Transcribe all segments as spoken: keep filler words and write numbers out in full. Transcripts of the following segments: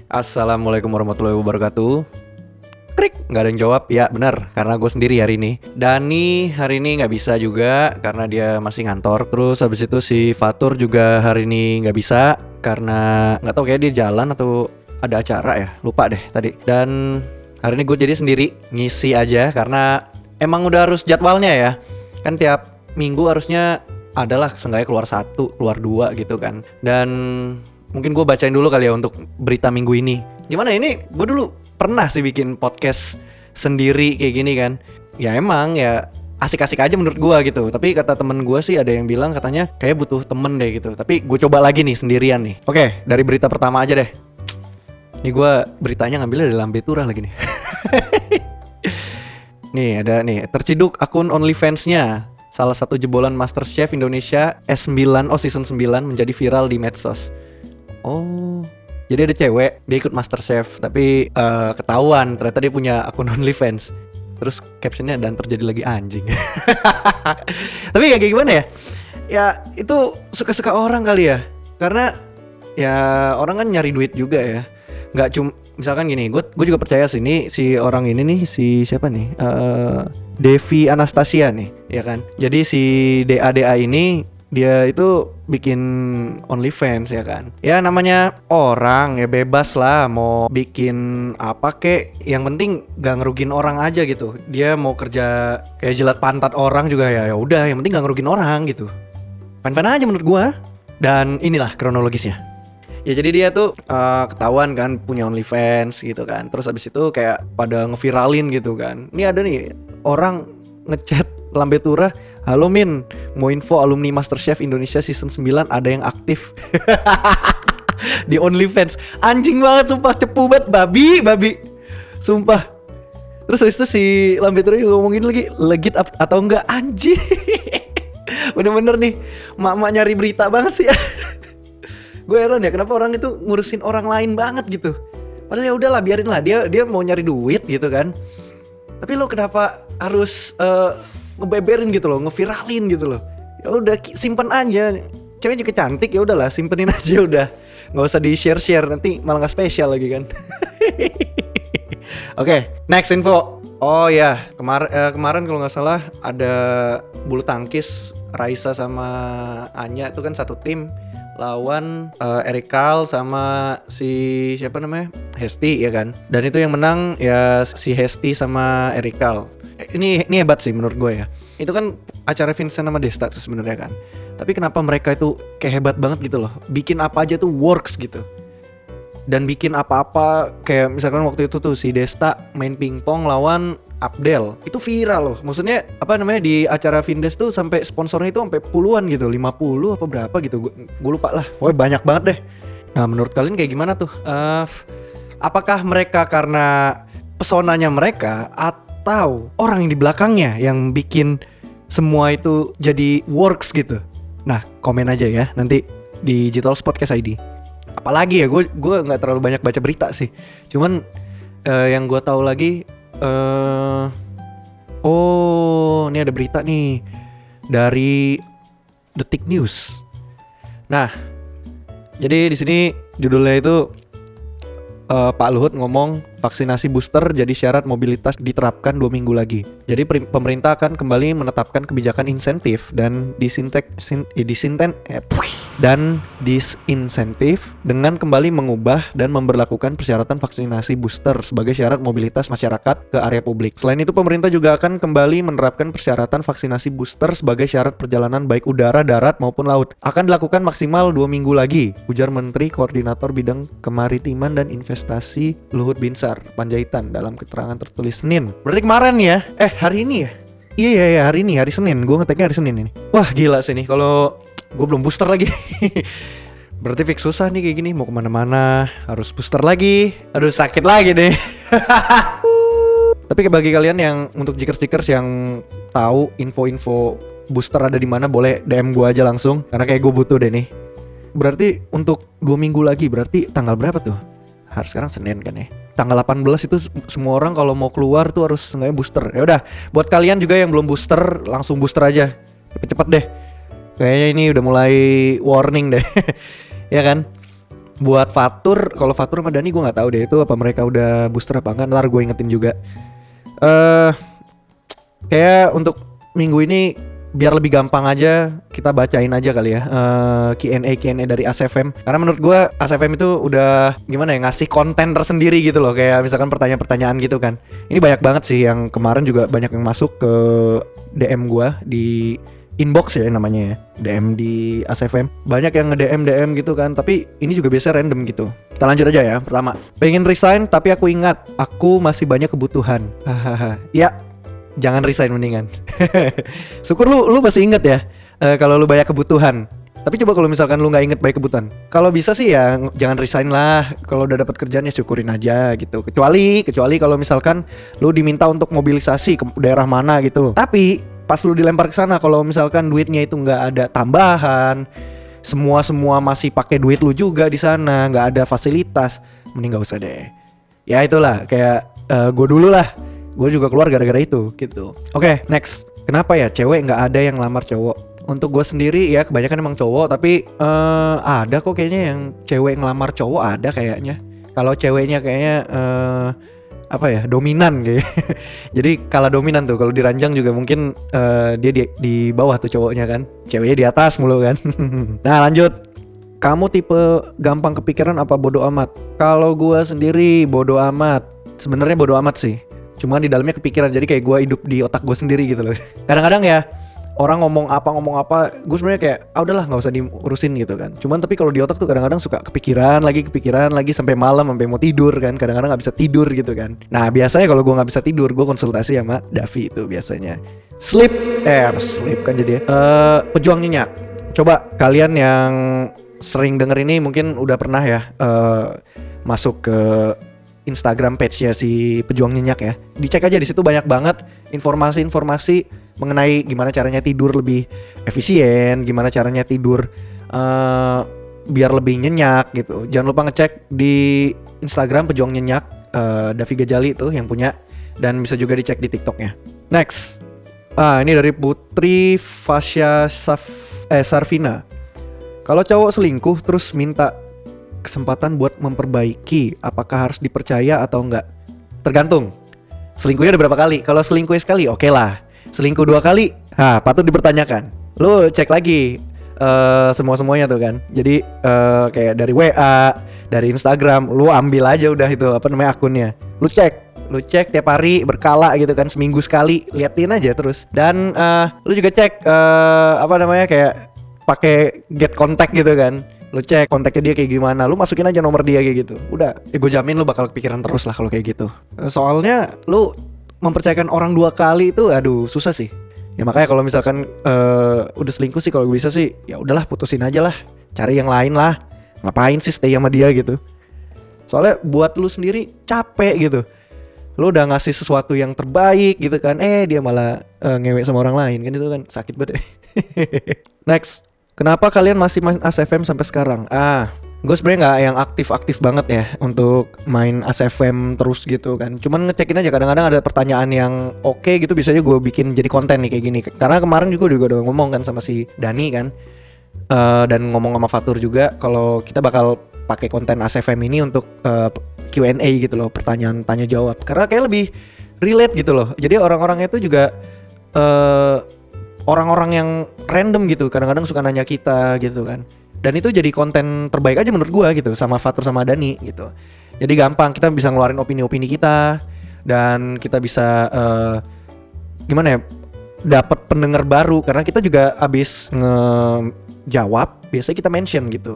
Assalamualaikum warahmatullahi wabarakatuh. Krik, nggak ada yang jawab. Ya benar, karena gue sendiri hari ini. Dani hari ini nggak bisa juga karena dia masih ngantor. Terus habis itu si Fatur juga hari ini nggak bisa karena nggak tahu kayak dia jalan atau ada acara ya. Lupa deh tadi. Dan hari ini gue jadi sendiri ngisi aja karena emang udah harus jadwalnya ya. Kan tiap minggu harusnya adalah seenggaknya keluar satu, keluar dua gitu kan. Dan mungkin gue bacain dulu kali ya untuk berita minggu ini. Gimana ini, gue dulu pernah sih bikin podcast sendiri kayak gini kan. Ya emang ya asik-asik aja menurut gue gitu. Tapi kata temen gue sih ada yang bilang katanya kayak butuh temen deh gitu. Tapi gue coba lagi nih sendirian nih. Oke, dari berita pertama aja deh. Ini gue beritanya ngambilnya dari Lambe Turah lagi nih. Nih ada nih, terciduk akun OnlyFans-nya. Salah satu jebolan MasterChef Indonesia S sembilan, oh season sembilan menjadi viral di medsos. Oh, jadi ada cewek, dia ikut MasterChef, tapi uh, ketahuan ternyata dia punya akun OnlyFans. Terus captionnya dan terjadi lagi anjing. Tapi ya kayak gimana ya? Ya itu suka-suka orang kali ya. Karena ya orang kan nyari duit juga ya. Nggak cuma misalkan gini, gue gue juga percaya sih ini si orang ini nih si siapa nih? Uh, Devi Anastasia nih, ya kan. Jadi si D A D A ini dia itu bikin OnlyFans ya kan. Ya namanya orang ya bebas lah mau bikin apa kek. Yang penting gak ngerugin orang aja gitu. Dia mau kerja kayak jilat pantat orang juga ya. Ya udah, yang penting gak ngerugin orang gitu. Fan-fan aja menurut gua. Dan inilah kronologisnya. Ya jadi dia tuh uh, ketahuan kan punya OnlyFans gitu kan. Terus abis itu kayak pada ngeviralin gitu kan. Ini ada nih orang ngechat Lambe Turah, halo Min, mau info alumni MasterChef Indonesia season sembilan ada yang aktif di OnlyFans. Anjing banget sumpah, cepu banget, babi, babi. Sumpah. Terus habis itu si Lambe Turah juga ngomongin lagi, legit ap- atau enggak, anjing. Bener-bener nih, mak-mak nyari berita banget sih ya. Gue heran ya, kenapa orang itu ngurusin orang lain banget gitu. Padahal ya udahlah, biarin lah, dia dia mau nyari duit gitu kan. Tapi lo kenapa harus uh, ngebeberin gitu loh, ngeviralin gitu loh. Ya udah simpen aja. Cewek juga cantik, ya udahlah simpenin aja udah. Nggak usah di share share, nanti malah nggak spesial lagi kan. Oke, okay, next info. Oh ya, kemar- eh, kemarin kalau nggak salah ada bulu tangkis Raisa sama Anya itu kan satu tim lawan uh, Erikal sama si siapa namanya Hesti ya kan. Dan itu yang menang ya si Hesti sama Erikal. Ini ini hebat sih menurut gue ya. Itu kan acara Vincent sama Desta tuh sebenarnya kan. Tapi kenapa mereka itu kayak hebat banget gitu loh. Bikin apa aja tuh works gitu. Dan bikin apa-apa kayak misalkan waktu itu tuh si Desta main pingpong lawan Abdel. Itu viral loh. Maksudnya apa namanya di acara Vindes tuh sampai sponsornya itu sampai puluhan gitu, lima puluh apa berapa gitu. Gue lupa lah. Pokoknya banyak banget deh. Nah, menurut kalian kayak gimana tuh? Uh, apakah mereka karena pesonanya mereka atau orang yang di belakangnya yang bikin semua itu jadi works gitu? Nah, komen aja ya nanti di Digital Podcast I D. Apalagi ya, gue gue nggak terlalu banyak baca berita sih. Cuman uh, yang gue tahu lagi, uh, oh ini ada berita nih dari Detik News. Nah, jadi di sini judulnya itu uh, Pak Luhut ngomong vaksinasi booster jadi syarat mobilitas diterapkan dua minggu lagi. Jadi per- pemerintah akan kembali menetapkan kebijakan insentif dan disintek sin, eh, disinten eh, dan disinsentif dengan kembali mengubah dan memberlakukan persyaratan vaksinasi booster sebagai syarat mobilitas masyarakat ke area publik. Selain itu, pemerintah juga akan kembali menerapkan persyaratan vaksinasi booster sebagai syarat perjalanan baik udara, darat maupun laut. Akan dilakukan maksimal dua minggu lagi, ujar Menteri Koordinator Bidang Kemaritiman dan Investasi Luhut Binsar Panjaitan dalam keterangan tertulis Senin. Berarti kemarin ya? Eh hari ini ya? Iya iya ya, hari ini, hari Senin. Gue ngeteknya hari Senin ini. Wah gila sih nih kalau gue belum booster lagi. Berarti fix susah nih kayak gini. Mau kemana-mana harus booster lagi. Aduh sakit lagi deh. Tapi bagi kalian yang untuk jikers-jikers yang tahu info-info booster ada di mana, boleh D M gue aja langsung. Karena kayak gue butuh deh nih. Berarti untuk dua minggu lagi, berarti tanggal berapa tuh? Harus sekarang Senin kan ya. Tanggal delapan belas itu semua orang kalau mau keluar tuh harus sengaja booster. Ya udah, buat kalian juga yang belum booster, langsung booster aja. Cepet-cepet deh. Kayaknya ini udah mulai warning deh. Ya kan? Buat Fatur, kalau Fatur sama Dani gue nggak tahu deh itu apa mereka udah booster apa enggak. Ntar gue ingetin juga. Eh, uh, kayak untuk minggu ini biar lebih gampang aja kita bacain aja kali ya uh, Q and A Q and A dari A S F M. Karena menurut gue A S F M itu udah gimana ya, ngasih konten tersendiri gitu loh. Kayak misalkan pertanyaan-pertanyaan gitu kan. Ini banyak banget sih yang kemarin juga banyak yang masuk ke D M gue di inbox ya namanya ya, D M di A S F M. Banyak yang nge-D M D M gitu kan. Tapi ini juga biasa random gitu. Kita lanjut aja ya. Pertama, pengen resign tapi aku ingat aku masih banyak kebutuhan. Hahaha. Ya, jangan resign mendingan. Syukur lu lu masih inget ya uh, kalau lu banyak kebutuhan. Tapi coba kalau misalkan lu nggak inget banyak kebutuhan, kalau bisa sih ya jangan resign lah. Kalau udah dapat kerjaan ya syukurin aja gitu. Kecuali kecuali kalau misalkan lu diminta untuk mobilisasi ke daerah mana gitu. Tapi pas lu dilempar ke sana, kalau misalkan duitnya itu nggak ada tambahan, semua semua masih pakai duit lu juga di sana, nggak ada fasilitas, mending nggak usah deh. Ya itulah kayak uh, gue dulu lah. Gue juga keluar gara-gara itu gitu. Oke, okay, next. Kenapa ya cewek nggak ada yang lamar cowok? Untuk gue sendiri ya kebanyakan emang cowok. Tapi uh, ada kok kayaknya yang cewek ngelamar cowok, ada kayaknya. Kalau ceweknya kayaknya uh, apa ya, dominan kayak. Jadi kalah dominan tuh. Kalau diranjang juga mungkin uh, dia di, di bawah tuh cowoknya kan. Ceweknya di atas mulu kan. Nah lanjut. Kamu tipe gampang kepikiran apa bodo amat? Kalau gue sendiri bodo amat. Sebenarnya bodo amat sih. Cuman di dalamnya kepikiran, jadi kayak gue hidup di otak gue sendiri gitu loh. Kadang-kadang ya orang ngomong apa ngomong apa, gue sebenarnya kayak ah udahlah nggak usah diurusin gitu kan. Cuman tapi kalau di otak tuh kadang-kadang suka kepikiran lagi kepikiran lagi sampai malam, sampai mau tidur kan. Kadang-kadang nggak bisa tidur gitu kan. Nah biasanya kalau gue nggak bisa tidur, gue konsultasi sama Davi itu biasanya. Sleep, eh apa sleep kan jadi ya. Uh, pejuang nyenyak. Coba kalian yang sering denger ini mungkin udah pernah ya uh, masuk ke Instagram page-nya si Pejuang Nyenyak ya. Dicek aja, di situ banyak banget informasi-informasi mengenai gimana caranya tidur lebih efisien, gimana caranya tidur uh, biar lebih nyenyak gitu. Jangan lupa ngecek di Instagram Pejuang Nyenyak, uh, Davi Gajali tuh yang punya, dan bisa juga dicek di TikToknya. Next. Ah, ini dari Putri Fasya Saf- eh, Sarvina. Kalau cowok selingkuh terus minta kesempatan buat memperbaiki, apakah harus dipercaya atau enggak? Tergantung. Selingkuhnya ada berapa kali? Kalau selingkuh sekali, oke okay lah. Selingkuh dua kali, nah patut dipertanyakan. Lu cek lagi uh, semua-semuanya tuh kan. Jadi uh, kayak dari W A, dari Instagram, lu ambil aja udah itu apa namanya akunnya. Lu cek, lu cek tiap hari berkala gitu kan, seminggu sekali, liatin aja terus. Dan uh, lu juga cek uh, apa namanya kayak pakai get contact gitu kan. Lu cek kontaknya dia kayak gimana, lu masukin aja nomor dia kayak gitu. Udah, ya gue jamin lu bakal kepikiran terus lah kalau kayak gitu. Soalnya lu mempercayakan orang dua kali itu aduh susah sih. Ya makanya kalau misalkan uh, udah selingkuh sih kalau gue bisa sih ya udahlah putusin aja lah. Cari yang lain lah. Ngapain sih stay sama dia gitu. Soalnya buat lu sendiri capek gitu. Lu udah ngasih sesuatu yang terbaik gitu kan, eh dia malah uh, ngewek sama orang lain kan, itu kan sakit banget. Next. Kenapa kalian masih main A S F M sampai sekarang? Ah, gue sebenarnya nggak yang aktif-aktif banget ya untuk main A S F M terus gitu kan. Cuman ngecekin aja, kadang-kadang ada pertanyaan yang oke okay gitu, biasanya gue bikin jadi konten nih kayak gini. Karena kemarin juga juga udah ngomong kan sama si Dani kan, uh, dan ngomong sama Fatur juga kalau kita bakal pakai konten A S F M ini untuk uh, Q and A gitu loh, pertanyaan tanya jawab. Karena kayak lebih relate gitu loh. Jadi orang-orangnya itu juga uh, orang-orang yang random gitu, kadang-kadang suka nanya kita gitu kan. Dan itu jadi konten terbaik aja menurut gue gitu, sama Fatur sama Dani gitu. Jadi gampang, kita bisa ngeluarin opini-opini kita, dan kita bisa uh, gimana ya, dapat pendengar baru. Karena kita juga abis ngejawab, biasanya kita mention gitu.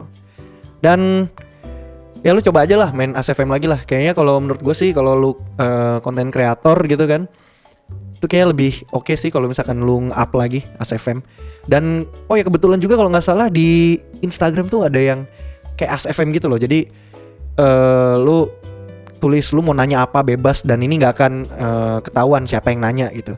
Dan ya lu coba aja lah main A S F M lagi lah. Kayaknya kalau menurut gue sih, kalau lu konten uh, kreator gitu kan, itu kayak lebih oke okay sih kalau misalkan lu up lagi A S F M. Dan oh ya kebetulan juga kalau nggak salah di Instagram tuh ada yang kayak A S F M gitu loh. Jadi uh, lu tulis lu mau nanya apa bebas, dan ini nggak akan uh, ketahuan siapa yang nanya gitu.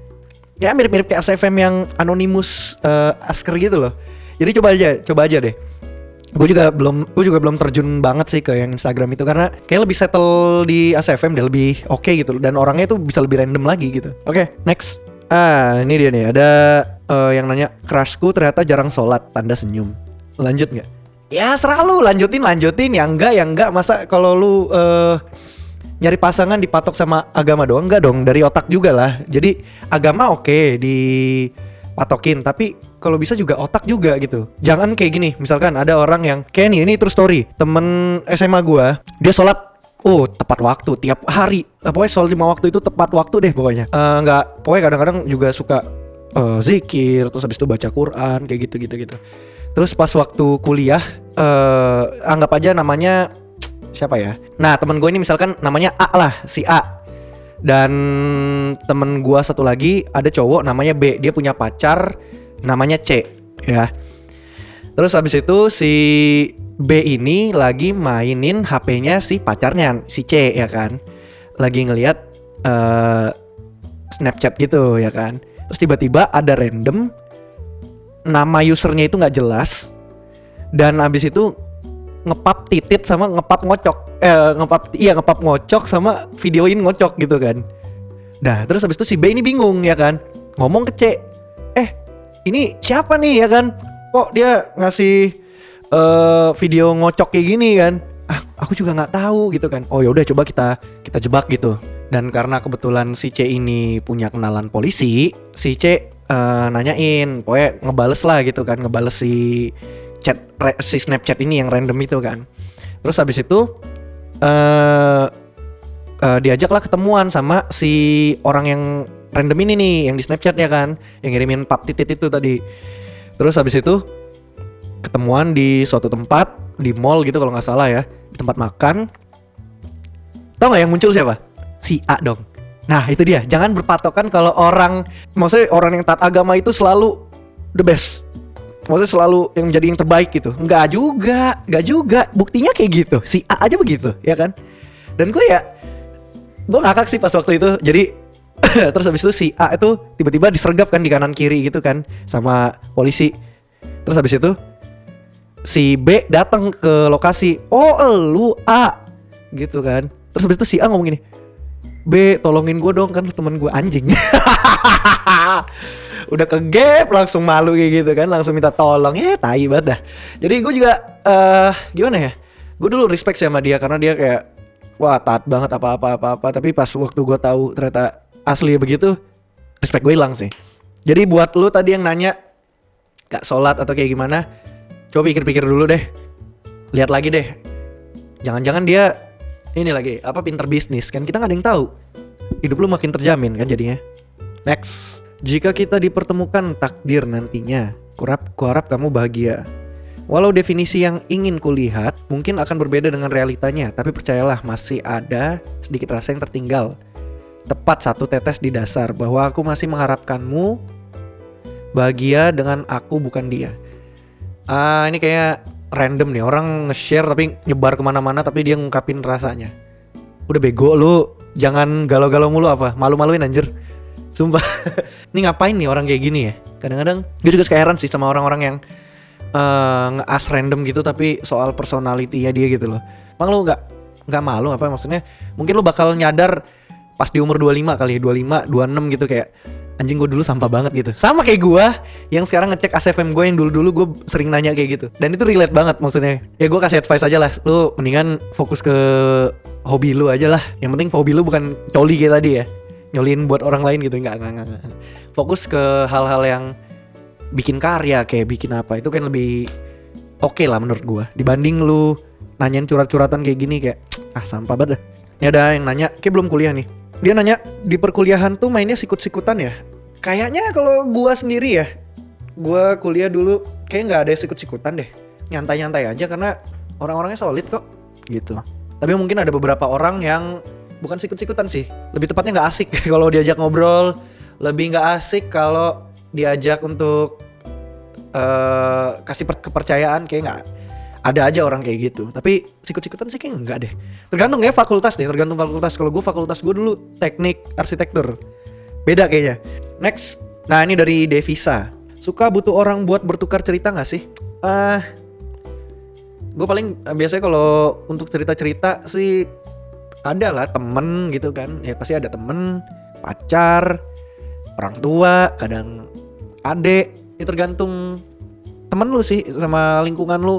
Ya mirip-mirip kayak A S F M yang anonymous uh, asker gitu loh. Jadi coba aja, coba aja deh. Gue juga belum, gue juga belum terjun banget sih ke yang Instagram itu, karena kayak lebih settle di A S F M deh, lebih oke okay gitu, dan orangnya tuh bisa lebih random lagi gitu. Oke, okay, next. Ah, ini dia nih, ada uh, yang nanya, crushku ternyata jarang sholat, tanda senyum. Lanjut nggak? Ya serah lu, lanjutin lanjutin, ya enggak ya enggak. Masa kalau lu uh, nyari pasangan dipatok sama agama doang? Enggak dong, dari otak juga lah. Jadi agama oke okay, dipatokin, tapi kalau bisa juga otak juga gitu. Jangan kayak gini, misalkan ada orang yang kayak nih, ini true story. Temen S M A gua, dia sholat oh tepat waktu tiap hari. Pokoknya sholat lima waktu itu tepat waktu deh pokoknya. uh, Enggak, pokoknya kadang-kadang juga suka uh, zikir, terus habis itu baca Quran, kayak gitu-gitu gitu. Terus pas waktu kuliah, uh, anggap aja namanya siapa ya? Nah temen gue ini misalkan namanya A lah, si A. Dan temen gue satu lagi ada cowok namanya B. Dia punya pacar namanya C, ya. Terus habis itu si B ini lagi mainin H P-nya si pacarnya, si C, ya kan. Lagi ngelihat uh, Snapchat gitu, ya kan. Terus tiba-tiba ada random nama usernya itu nggak jelas, dan habis itu ngepap titit sama ngepap ngocok, eh ngepap iya ngepap ngocok sama videoin ngocok gitu kan. Nah terus habis itu si B ini bingung, ya kan, ngomong ke C, eh ini siapa nih, ya kan, kok dia ngasih uh, video ngocok kayak gini kan. Ah aku juga nggak tahu gitu kan. Oh ya udah coba kita kita jebak gitu. Dan karena kebetulan si C ini punya kenalan polisi, si C uh, nanyain, pokoknya ngebales lah gitu kan, ngebales si chat re, si Snapchat ini yang random itu kan. Terus habis itu uh, uh, diajaklah ketemuan sama si orang yang random ini nih, yang di Snapchat, ya kan, yang ngirimin pap titit itu tadi. Terus habis itu ketemuan di suatu tempat, di mall gitu kalau nggak salah ya, di tempat makan. Tahu nggak yang muncul siapa? Si A dong. Nah itu dia, jangan berpatokan kalau orang, maksudnya orang yang taat agama itu selalu the best, maksudnya selalu yang menjadi yang terbaik gitu. Enggak juga, enggak juga. Buktinya kayak gitu, si A aja begitu, ya kan. Dan gue ya, gue ngakak sih pas waktu itu. Jadi terus habis itu si A itu tiba-tiba disergap kan di kanan kiri gitu kan sama polisi. Terus habis itu si B datang ke lokasi. Oh lu A gitu kan. Terus habis itu si A ngomong gini, B tolongin gue dong, kan temen gue anjing. Udah kegep langsung malu kayak gitu kan, langsung minta tolong. Ya tai banget dah. Jadi gue juga uh, gimana ya, gue dulu respect sama dia karena dia kayak wah taat banget apa-apa apa-apa. Tapi pas waktu gue tahu ternyata asli begitu, respect gue hilang sih. Jadi buat lu tadi yang nanya gak sholat atau kayak gimana, coba pikir-pikir dulu deh. Lihat lagi deh, jangan-jangan dia ini lagi apa pinter bisnis kan, kita gak ada yang tahu. Hidup lu makin terjamin kan jadinya. Next. Jika kita dipertemukan takdir nantinya, kurap, kuharap kamu bahagia. Walau definisi yang ingin kulihat mungkin akan berbeda dengan realitanya, tapi percayalah masih ada sedikit rasa yang tertinggal. Tepat satu tetes di dasar bahwa aku masih mengharapkanmu bahagia dengan aku bukan dia. Ah ini kayak random nih, orang nge-share tapi nyebar kemana-mana tapi dia ngungkapin rasanya. Udah bego lu, jangan galau-galau mulu apa, malu-maluin anjir. Sumpah. Ini ngapain nih orang kayak gini ya. Kadang-kadang gue juga suka heran sih sama orang-orang yang uh, nge-as random gitu tapi soal personality-nya dia gitu loh. Emang lu gak, gak malu apa maksudnya? Mungkin lu bakal nyadar pas di umur dua puluh lima kali ya, dua puluh lima, dua puluh enam gitu, kayak anjing gue dulu sampah banget gitu. Sama kayak gue yang sekarang ngecek A S F M gue yang dulu-dulu gue sering nanya kayak gitu. Dan itu relate banget maksudnya. Ya gue kasih advice aja lah, lu mendingan fokus ke hobi lu aja lah. Yang penting hobi lu bukan coli kayak tadi ya, nyolin buat orang lain gitu. Enggak, enggak, enggak. Fokus ke hal-hal yang bikin karya, kayak bikin apa, itu kan lebih oke okay lah menurut gue, dibanding lu nanyain curhat-curhatan kayak gini, kayak ah sampah banget dah. Ini ada yang nanya, kayak belum kuliah nih. Dia nanya, di perkuliahan tuh mainnya sikut-sikutan ya? Kayaknya kalau gue sendiri ya, gue kuliah dulu kayak gak ada sikut-sikutan deh. Nyantai-nyantai aja karena orang-orangnya solid kok gitu. Tapi mungkin ada beberapa orang yang bukan sikut-sikutan sih, lebih tepatnya gak asik kalau diajak ngobrol. Lebih gak asik kalau diajak untuk uh, kasih per- kepercayaan, kayak gak. Ada aja orang kayak gitu. Tapi sikut-sikutan sih kayak enggak deh. Tergantung ya fakultas deh, tergantung fakultas. Kalau gue fakultas gue dulu teknik arsitektur, beda kayaknya. Next. Nah ini dari Devisa. Suka butuh orang buat bertukar cerita gak sih? Uh, gue paling uh, biasanya kalau untuk cerita-cerita sih ada lah temen gitu kan. Ya pasti ada temen, pacar, orang tua, kadang adek. Ya tergantung temen lu sih sama lingkungan lu.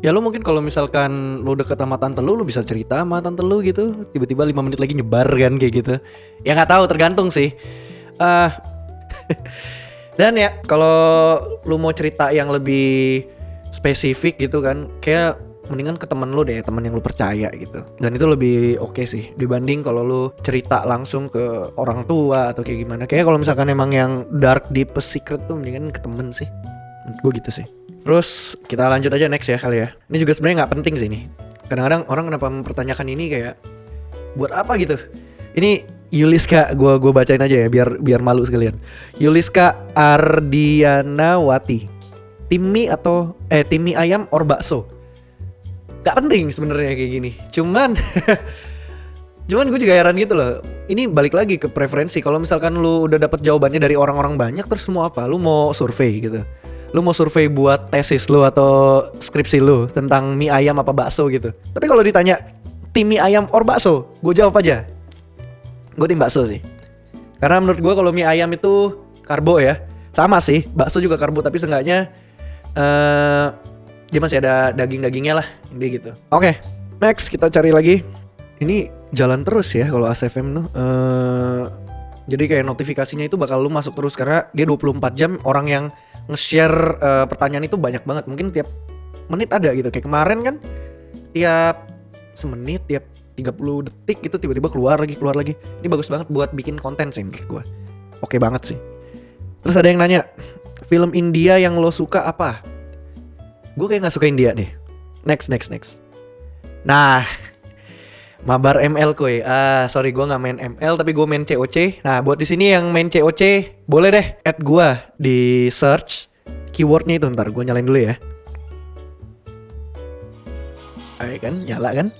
Ya lu mungkin kalau misalkan lu deket sama tante lu, lu bisa cerita sama tante lu gitu, tiba-tiba lima menit lagi nyebar kan kayak gitu. Ya nggak tahu, tergantung sih. Uh, dan ya kalau lu mau cerita yang lebih spesifik gitu kan, kayak mendingan ke temen lu deh, temen yang lu percaya gitu. Dan itu lebih oke okay sih dibanding kalau lu cerita langsung ke orang tua atau kayak gimana. Kayak kalau misalkan emang yang dark deep secret tuh mendingan ke temen sih. Gue gitu sih. Terus kita lanjut aja next ya kali ya. Ini juga sebenarnya nggak penting sih nih. Kadang-kadang orang kenapa mempertanyakan ini kayak buat apa gitu. Ini Yuliska, gue gue bacain aja ya biar biar malu sekalian. Yuliska Ardiana Wati. Tim mie atau eh tim mie ayam or bakso? Gak penting sebenarnya kayak gini. Cuman Cuman gue juga heran gitu loh. Ini balik lagi ke preferensi. Kalau misalkan lu udah dapet jawabannya dari orang-orang banyak, terus mau apa? Lu mau survei gitu. Lu mau survei buat tesis lu atau skripsi lu tentang mie ayam apa bakso gitu. Tapi kalau ditanya tim mie ayam or bakso, gue jawab aja, gue tim bakso sih. Karena menurut gue kalau mie ayam itu karbo ya. Sama sih, bakso juga karbo, tapi seenggaknya uh, dia masih ada daging-dagingnya lah, intinya gitu. Oke, okay, next kita cari lagi. Ini jalan terus ya kalau A C F M tuh. Uh, jadi kayak notifikasinya itu bakal lu masuk terus karena dia dua puluh empat jam orang yang nge-share uh, pertanyaan itu banyak banget. Mungkin tiap menit ada gitu. Kayak kemarin kan tiap semenit, tiap tiga puluh detik itu tiba-tiba keluar lagi, keluar lagi. Ini bagus banget buat bikin konten sih menurut gue. Oke banget sih. Terus ada yang nanya, film India yang lo suka apa? Gue kayak gak suka India deh. Next, next, next. Nah, Mabar M L kuy. Ah, sorry gue nggak main M L tapi gue main C O C. Nah, buat di sini yang main C O C, boleh deh add gue di search keywordnya itu. Ntar gue nyalain dulu ya. Ayo kan, nyala kan?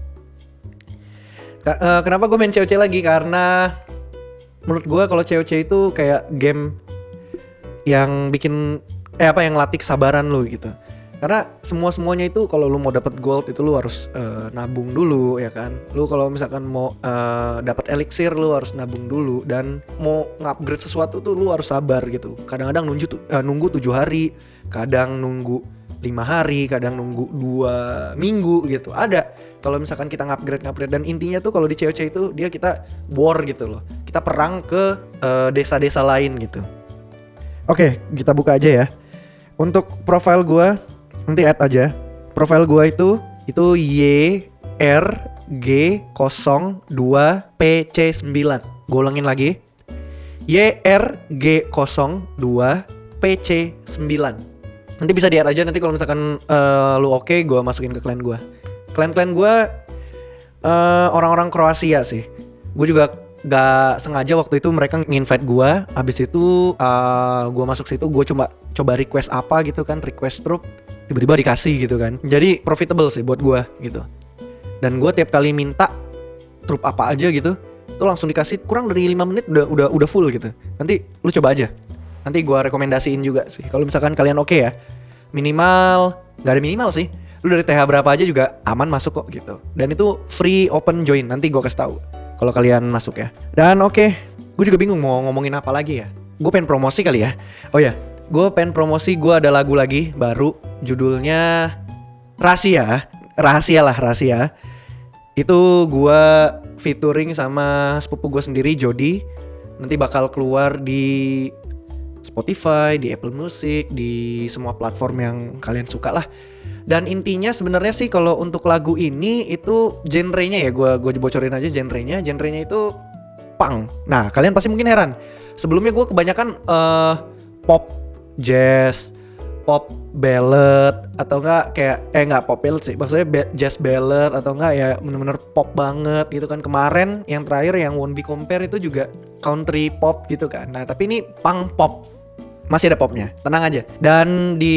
K- uh, kenapa gue main C O C lagi? Karena menurut gue kalau C O C itu kayak game yang bikin eh apa yang latih kesabaran lu gitu. Karena semua-semuanya itu kalau lu mau dapat gold itu lu harus uh, nabung dulu ya kan. Lu kalau misalkan mau uh, dapat elixir lu harus nabung dulu, dan mau ngupgrade sesuatu tuh lu harus sabar gitu. Kadang-kadang nunggu uh, nunggu tujuh hari, kadang nunggu lima hari, kadang nunggu dua minggu gitu. Ada kalau misalkan kita ngupgrade ngupgrade dan intinya tuh kalau di C O C itu dia kita war gitu loh. Kita perang ke uh, desa-desa lain gitu. Oke, kita buka aja ya. Untuk profile gua nanti add aja. Profile gua itu itu Y R G nol dua P C sembilan. Gue ulangin lagi. Y R G nol dua P C sembilan. Nanti bisa di add aja, nanti kalau misalkan uh, lu oke, okay, gue masukin ke klan gua. Klan-klan gua uh, orang-orang Kroasia sih. Gue juga gak sengaja waktu itu mereka nge-invite gue. Abis itu uh, gue masuk situ, gue coba coba request apa gitu kan, request troop, tiba-tiba dikasih gitu kan. Jadi profitable sih buat gue gitu. Dan gue tiap kali minta troop apa aja gitu, itu langsung dikasih kurang dari lima menit udah udah udah full gitu. Nanti lu coba aja. Nanti gue rekomendasiin juga sih. Kalau misalkan kalian oke okay ya, minimal nggak ada minimal sih. Lu dari T H berapa aja juga aman masuk kok gitu. Dan itu free open join. Nanti gue kasih tahu kalau kalian masuk ya. Dan oke, okay, gue juga bingung mau ngomongin apa lagi ya. Gue pengen promosi kali ya. Oh ya, gue pengen promosi. Gue ada lagu lagi baru, judulnya Rahasia. Rahasia lah, rahasia. Itu gue featuring sama sepupu gue sendiri, Jody. Nanti bakal keluar di Spotify, di Apple Music, di semua platform yang kalian suka lah. Dan intinya sebenarnya sih kalau untuk lagu ini itu genrenya ya, gue gue bocorin aja genrenya. Genrenya itu punk. Nah, kalian pasti mungkin heran. Sebelumnya gue kebanyakan uh, pop, jazz, pop ballad, atau enggak kayak eh enggak pop ballad sih. Maksudnya ba- jazz ballad atau enggak ya bener-bener pop banget gitu kan. Kemarin yang terakhir yang Won't Be Compare itu juga country pop gitu kan. Nah, tapi ini punk pop. Masih ada popnya, tenang aja. Dan di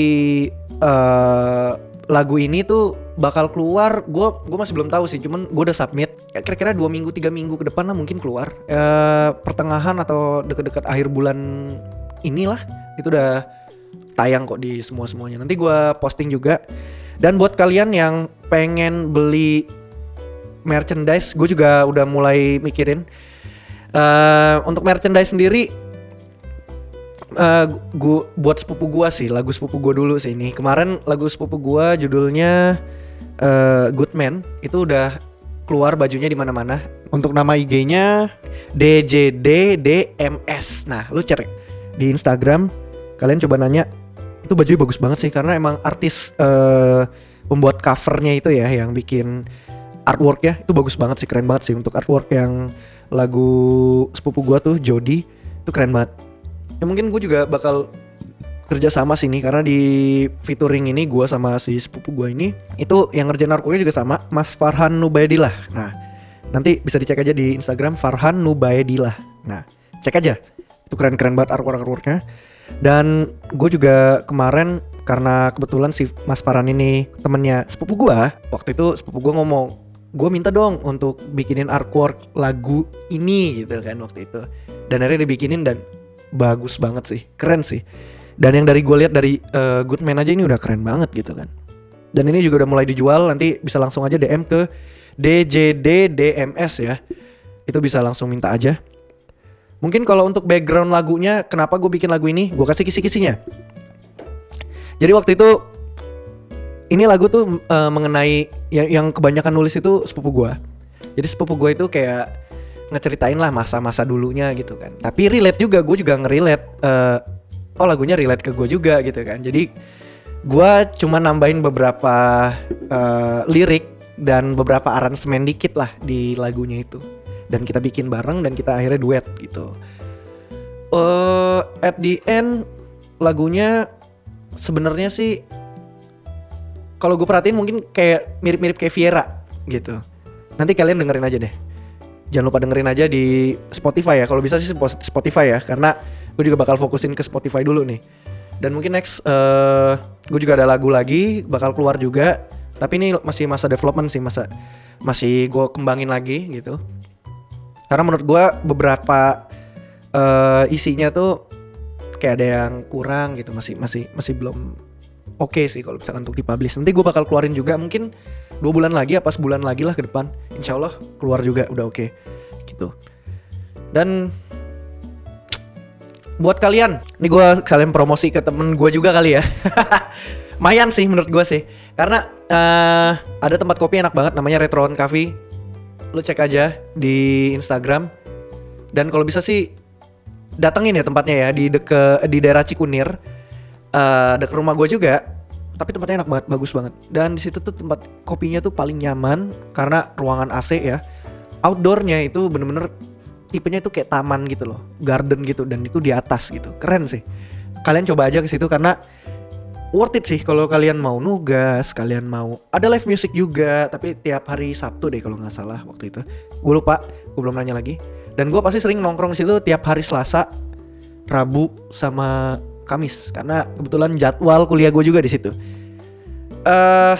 uh, lagu ini tuh bakal keluar, gue gue masih belum tahu sih, cuman gue udah submit. Ya, kira-kira dua minggu tiga minggu ke depan lah mungkin keluar. Uh, pertengahan atau deket-deket akhir bulan inilah itu udah tayang kok di semua semuanya. Nanti gue posting juga. Dan buat kalian yang pengen beli merchandise, gue juga udah mulai mikirin. Uh, untuk merchandise sendiri, Uh, gua buat sepupu gua sih, lagu sepupu gua dulu sih ini. Kemarin lagu sepupu gua judulnya uh, Good Man, itu udah keluar bajunya di mana-mana. Untuk nama I G-nya D J D D M S. Nah, lu cek di Instagram, kalian coba nanya, itu bajunya bagus banget sih karena emang artis uh, pembuat covernya itu ya yang bikin artwork-nya itu bagus banget sih, keren banget sih untuk artwork yang lagu sepupu gua tuh Jody itu keren banget. Ya mungkin gue juga bakal kerja sama sini karena di featuring ini gue sama si sepupu gue ini itu yang ngerjain artworknya juga sama Mas Farhan Nubaidillah. Nah nanti bisa dicek aja di Instagram Farhan Nubaidillah. Nah cek aja, itu keren-keren banget artwork-artworknya. Dan gue juga kemarin karena kebetulan si Mas Farhan ini temennya sepupu gue, waktu itu sepupu gue ngomong, gue minta dong untuk bikinin artwork lagu ini gitu kan waktu itu. Dan akhirnya dibikinin dan bagus banget sih, keren sih. Dan yang dari gue lihat dari uh, Good Man aja ini udah keren banget gitu kan. Dan ini juga udah mulai dijual, nanti bisa langsung aja D M ke D J D D M S ya. Itu bisa langsung minta aja. Mungkin kalau untuk background lagunya, kenapa gue bikin lagu ini, gue kasih kisi-kisinya. Jadi waktu itu ini lagu tuh uh, mengenai yang, yang kebanyakan nulis itu sepupu gue. Jadi sepupu gue itu kayak ngeceritain lah masa-masa dulunya gitu kan. Tapi relate juga, gue juga ngerelate uh, oh lagunya relate ke gue juga gitu kan. Jadi gue cuma nambahin beberapa uh, lirik dan beberapa aransemen dikit lah di lagunya itu. Dan kita bikin bareng dan kita akhirnya duet gitu. uh, At the end lagunya sebenarnya sih kalau gue perhatiin mungkin kayak mirip-mirip kayak Viera gitu. Nanti kalian dengerin aja deh. Jangan lupa dengerin aja di Spotify ya. Kalau bisa sih Spotify ya, karena gue juga bakal fokusin ke Spotify dulu nih. Dan mungkin next uh, gue juga ada lagu lagi bakal keluar juga. Tapi ini masih masa development sih, masa masih gue kembangin lagi gitu. Karena menurut gue beberapa uh, isinya tuh kayak ada yang kurang gitu, masih masih masih belum oke okay sih kalau misalkan untuk dipublish. Nanti gue bakal keluarin juga mungkin dua bulan lagi apa sebulan lagi lah ke depan. Insya Allah keluar juga udah oke okay, gitu. Dan buat kalian, ini gue sekalian promosi ke temen gue juga kali ya. Mayan sih menurut gue sih. Karena uh, ada tempat kopi enak banget namanya Retron Cafe. Lu cek aja di Instagram. Dan kalau bisa sih datengin ya tempatnya ya di deke, di daerah Cikunir. Uh, deket rumah gue juga, tapi tempatnya enak banget, bagus banget. Dan di situ tuh tempat kopinya tuh paling nyaman karena ruangan A C ya. Outdoornya itu bener-bener tipenya tuh kayak taman gitu loh, garden gitu, dan itu di atas gitu, keren sih. Kalian coba aja ke situ karena worth it sih kalau kalian mau nugas, kalian mau ada live music juga, tapi tiap hari Sabtu deh kalau nggak salah waktu itu. Gue lupa, gue belum nanya lagi. Dan gue pasti sering nongkrong di situ tiap hari Selasa, Rabu sama Kamis karena kebetulan jadwal kuliah gue juga di situ. Uh,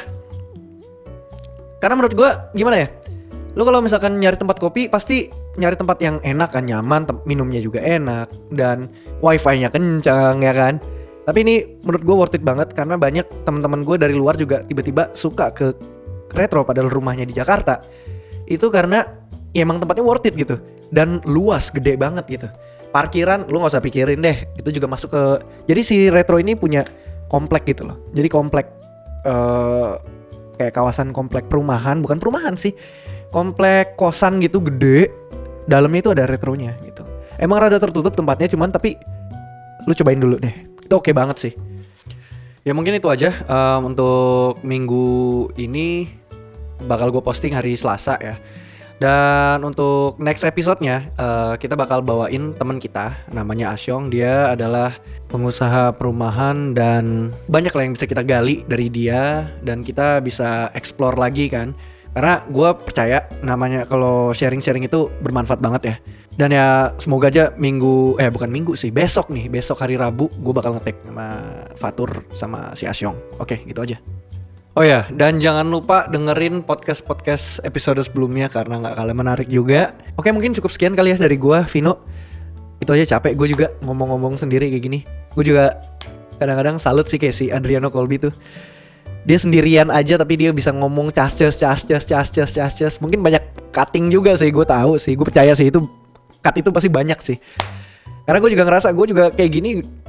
karena menurut gue gimana ya? Lu kalau misalkan nyari tempat kopi pasti nyari tempat yang enak kan, nyaman, tem- minumnya juga enak dan wifi-nya kencang ya kan. Tapi ini menurut gue worth it banget karena banyak teman-teman gue dari luar juga tiba-tiba suka ke Retro padahal rumahnya di Jakarta. Itu karena ya emang tempatnya worth it gitu dan luas, gede banget gitu. Parkiran lu gak usah pikirin deh, itu juga masuk ke. Jadi si Retro ini punya komplek gitu loh. Jadi komplek uh, kayak kawasan komplek perumahan, bukan perumahan sih, komplek kosan gitu gede. Dalamnya itu ada Retronya gitu. Emang rada tertutup tempatnya, cuman tapi lu cobain dulu deh. Itu oke banget sih. Ya mungkin itu aja um, untuk minggu ini bakal gue posting hari Selasa ya. Dan untuk next episode-nya uh, kita bakal bawain teman kita namanya Asyong. Dia adalah pengusaha perumahan dan banyak lah yang bisa kita gali dari dia dan kita bisa explore lagi kan. Karena gue percaya namanya kalau sharing-sharing itu bermanfaat banget ya. Dan ya semoga aja minggu eh bukan minggu sih, besok nih, besok hari Rabu gue bakal nge-tag sama Fatur sama si Asyong. Oke, gitu aja. Oh ya, dan jangan lupa dengerin podcast-podcast episode sebelumnya karena gak kalah menarik juga. Oke, mungkin cukup sekian kali ya dari gue, Vino. Itu aja, capek gue juga ngomong-ngomong sendiri kayak gini. Gue juga kadang-kadang salut sih kayak si Adriano Colby tuh. Dia sendirian aja tapi dia bisa ngomong cas-cas, cas-cas, cas-cas, cas-cas. Mungkin banyak cutting juga sih, gue tahu sih. Gue percaya sih itu cut itu pasti banyak sih. Karena gue juga ngerasa gue juga kayak gini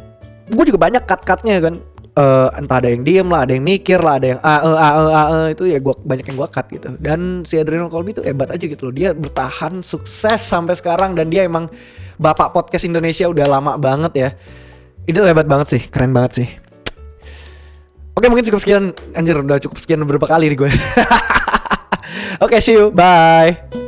gue juga banyak cut-cutnya kan. Eh, entah ada yang diem lah, ada yang mikir lah, ada yang a e a e a e itu ya gue banyak yang gue cut gitu. Dan si Adriano Colby tuh hebat aja gitu loh. Dia bertahan sukses sampai sekarang dan dia emang bapak podcast Indonesia udah lama banget ya. Itu hebat banget sih, keren banget sih. Oke, mungkin cukup sekian. Anjir, udah cukup sekian beberapa kali nih gue. Oke, see you, bye.